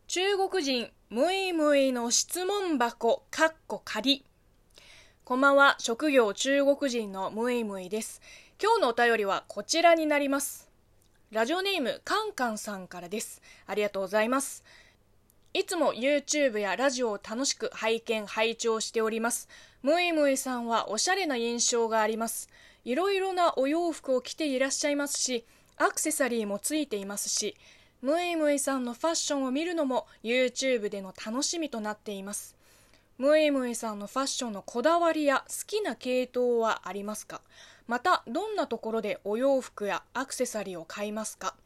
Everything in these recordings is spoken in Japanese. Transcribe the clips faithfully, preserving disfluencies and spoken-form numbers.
中国人ムイムイの質問箱かっこ仮。こんばんは、職業中国人のムイムイです。今日のお便りはこちらになります。ラジオネームカンカンさんからです。ありがとうございます。いつも YouTube やラジオを楽しく拝見拝聴しております。ムイムイさんはおしゃれな印象があります。いろいろなお洋服を着ていらっしゃいますし、アクセサリーもついていますし、ムイムイさんのファッションを見るのも YouTube での楽しみとなっています。ムイムイさんのファッションのこだわりや好きな系統はありますか？またどんなところでお洋服やアクセサリーを買いますか？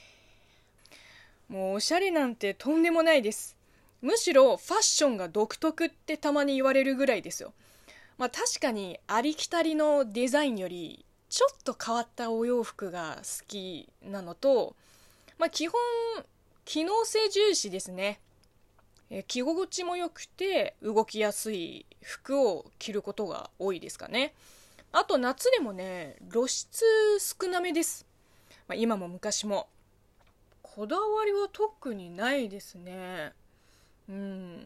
もうおしゃれなんてとんでもないです。むしろファッションが独特ってたまに言われるぐらいですよ。まあ確かにありきたりのデザインよりちょっと変わったお洋服が好きなのと、まあ基本機能性重視ですね。え着心地も良くて動きやすい服を着ることが多いですかね。あと夏でもね、露出少なめです。まあ、今も昔も。こだわりは特にないですね。うん。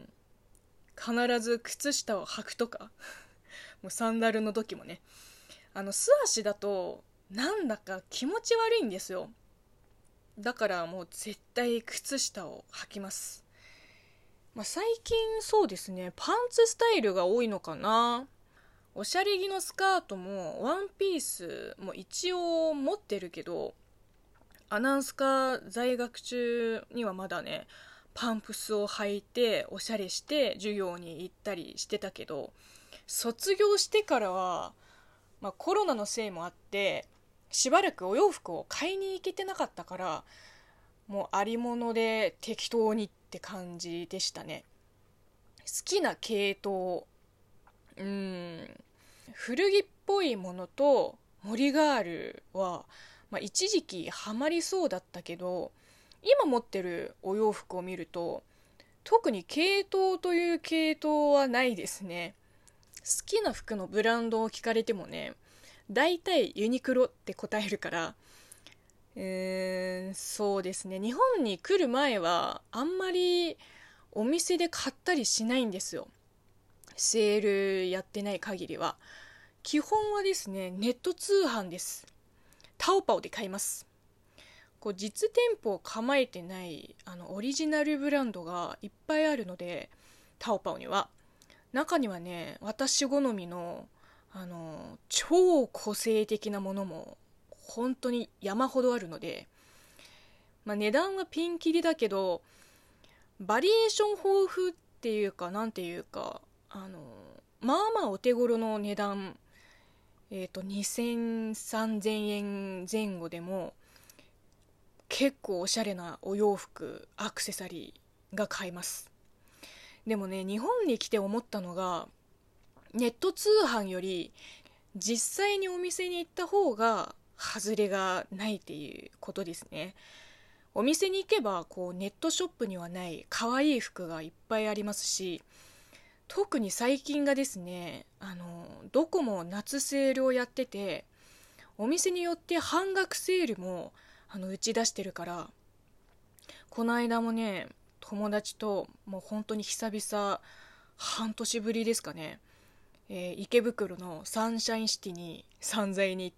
必ず靴下を履くとか。もうサンダルの時もね。あの素足だとなんだか気持ち悪いんですよ。だからもう絶対靴下を履きます。まあ、最近そうですね、パンツスタイルが多いのかな。おしゃれ着のスカートもワンピースも一応持ってるけど、アナウンス科在学中にはまだね、パンプスを履いておしゃれして授業に行ったりしてたけど、卒業してからは、まあ、コロナのせいもあってしばらくお洋服を買いに行けてなかったから、もうありもので適当にって感じでしたね。好きな系統、うーん古着っぽいものと森ガールは、まあ、一時期ハマりそうだったけど、今持ってるお洋服を見ると特に系統という系統はないですね。好きな服のブランドを聞かれてもね、だいたいユニクロって答えるから、えー、そうですね、日本に来る前はあんまりお店で買ったりしないんですよ。セールやってない限りは。基本はですね、ネット通販です。タオパオで買います。こう実店舗を構えてないあのオリジナルブランドがいっぱいあるので、タオパオには中にはね、私好みのあの超個性的なものも本当に山ほどあるので、まあ、値段はピンキリだけどバリエーション豊富っていうか、なんていうか、あのまあまあお手頃の値段、えっとにせんさんぜんえん前後でも結構おしゃれなお洋服、アクセサリーが買えます。でもね、日本に来て思ったのが、ネット通販より実際にお店に行った方が外れがないっていうことですね。お店に行けばこうネットショップにはない可愛い服がいっぱいありますし、特に最近がですね、あのどこも夏セールをやってて、お店によって半額セールもあの打ち出してるから、この間もね、友達ともう本当に久々、半年ぶりですかね、えー池袋のサンシャインシティに散財に行って、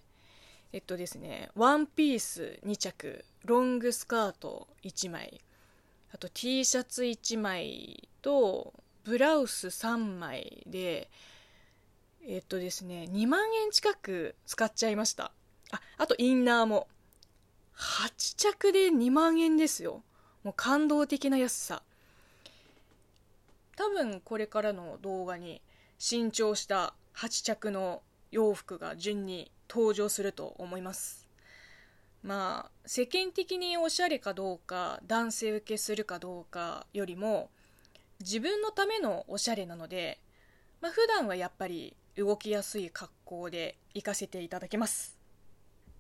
えっとですね、ワンピースに着、ロングスカートいちまい、あと T シャツいちまいとブラウスさんまいで、えっとですね、にまんえん近く使っちゃいました。あ、あとインナーもはち着でにまんえんですよ。もう感動的な安さ。多分これからの動画に新調したはち着の洋服が順に登場すると思います。まあ世間的におしゃれかどうか、男性受けするかどうかよりも自分のためのおしゃれなので、まあ、普段はやっぱり動きやすい格好で行かせていただきます。